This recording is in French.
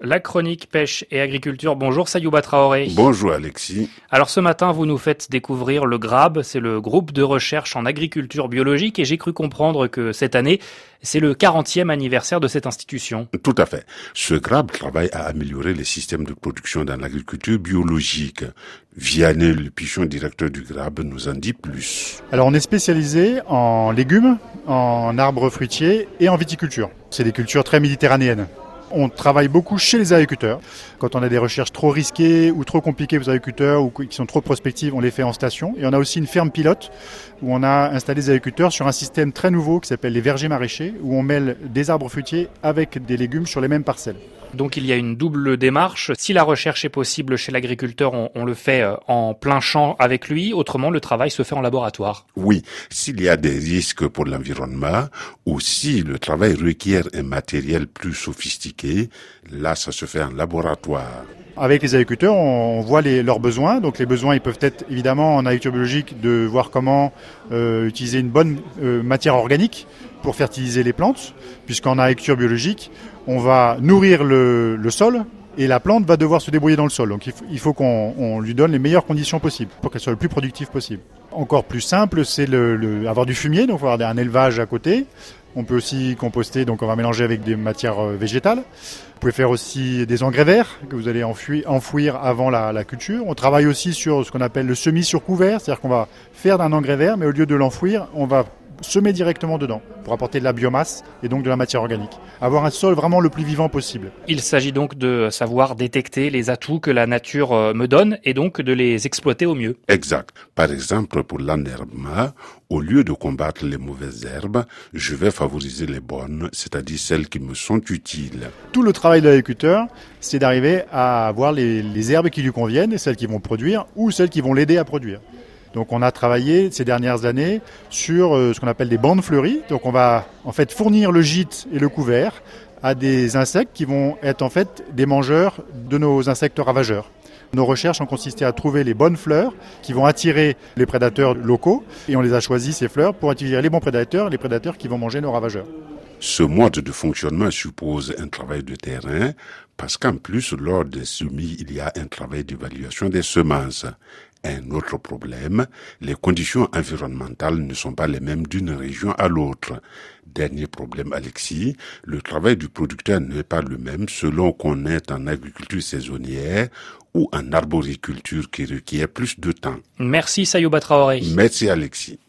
La chronique pêche et agriculture. Bonjour Sayouba Traoré. Bonjour Alexis. Alors ce matin, vous nous faites découvrir le GRAB, c'est le groupe de recherche en agriculture biologique et j'ai cru comprendre que cette année, c'est le 40e anniversaire de cette institution. Tout à fait. Ce GRAB travaille à améliorer les systèmes de production dans l'agriculture biologique. Vianney Le Pichon, directeur du GRAB, nous en dit plus. Alors on est spécialisé en légumes, en arbres fruitiers et en viticulture. C'est des cultures très méditerranéennes. On travaille beaucoup chez les agriculteurs. Quand on a des recherches trop risquées ou trop compliquées pour les agriculteurs ou qui sont trop prospectives, on les fait en station. Et on a aussi une ferme pilote où on a installé des agriculteurs sur un système très nouveau qui s'appelle les vergers maraîchers, où on mêle des arbres fruitiers avec des légumes sur les mêmes parcelles. Donc il y a une double démarche. Si la recherche est possible chez l'agriculteur, on le fait en plein champ avec lui. Autrement, le travail se fait en laboratoire. Oui, s'il y a des risques pour l'environnement ou si le travail requiert un matériel plus sophistiqué, là, ça se fait en laboratoire. Avec les agriculteurs, on voit leurs besoins. Donc les besoins, ils peuvent être évidemment en agriculture biologique de voir comment utiliser une bonne matière organique pour fertiliser les plantes, puisqu'en agriculture biologique, on va nourrir le sol et la plante va devoir se débrouiller dans le sol. Donc il faut qu'on lui donne les meilleures conditions possibles pour qu'elle soit le plus productive possible. Encore plus simple, c'est avoir du fumier, donc avoir un élevage à côté. On peut aussi composter, donc on va mélanger avec des matières végétales. Vous pouvez faire aussi des engrais verts que vous allez enfouir avant la culture. On travaille aussi sur ce qu'on appelle le semis sur couvert, c'est-à-dire qu'on va faire d'un engrais vert, mais au lieu de l'enfouir, on va semer directement dedans pour apporter de la biomasse et donc de la matière organique. Avoir un sol vraiment le plus vivant possible. Il s'agit donc de savoir détecter les atouts que la nature me donne et donc de les exploiter au mieux. Exact. Par exemple, pour l'enherbement, au lieu de combattre les mauvaises herbes, je vais favoriser les bonnes, c'est-à-dire celles qui me sont utiles. Tout le travail de l'agriculteur, c'est d'arriver à avoir les herbes qui lui conviennent, celles qui vont produire ou celles qui vont l'aider à produire. Donc on a travaillé ces dernières années sur ce qu'on appelle des bandes fleuries. Donc on va en fait fournir le gîte et le couvert à des insectes qui vont être en fait des mangeurs de nos insectes ravageurs. Nos recherches ont consisté à trouver les bonnes fleurs qui vont attirer les prédateurs locaux et on les a choisis ces fleurs pour attirer les bons prédateurs, les prédateurs qui vont manger nos ravageurs. Ce mode de fonctionnement suppose un travail de terrain parce qu'en plus, lors des semis, il y a un travail d'évaluation des semences. Un autre problème, les conditions environnementales ne sont pas les mêmes d'une région à l'autre. Dernier problème, Alexis, le travail du producteur n'est pas le même selon qu'on est en agriculture saisonnière ou en arboriculture qui requiert plus de temps. Merci Sayouba Traoré. Merci Alexis.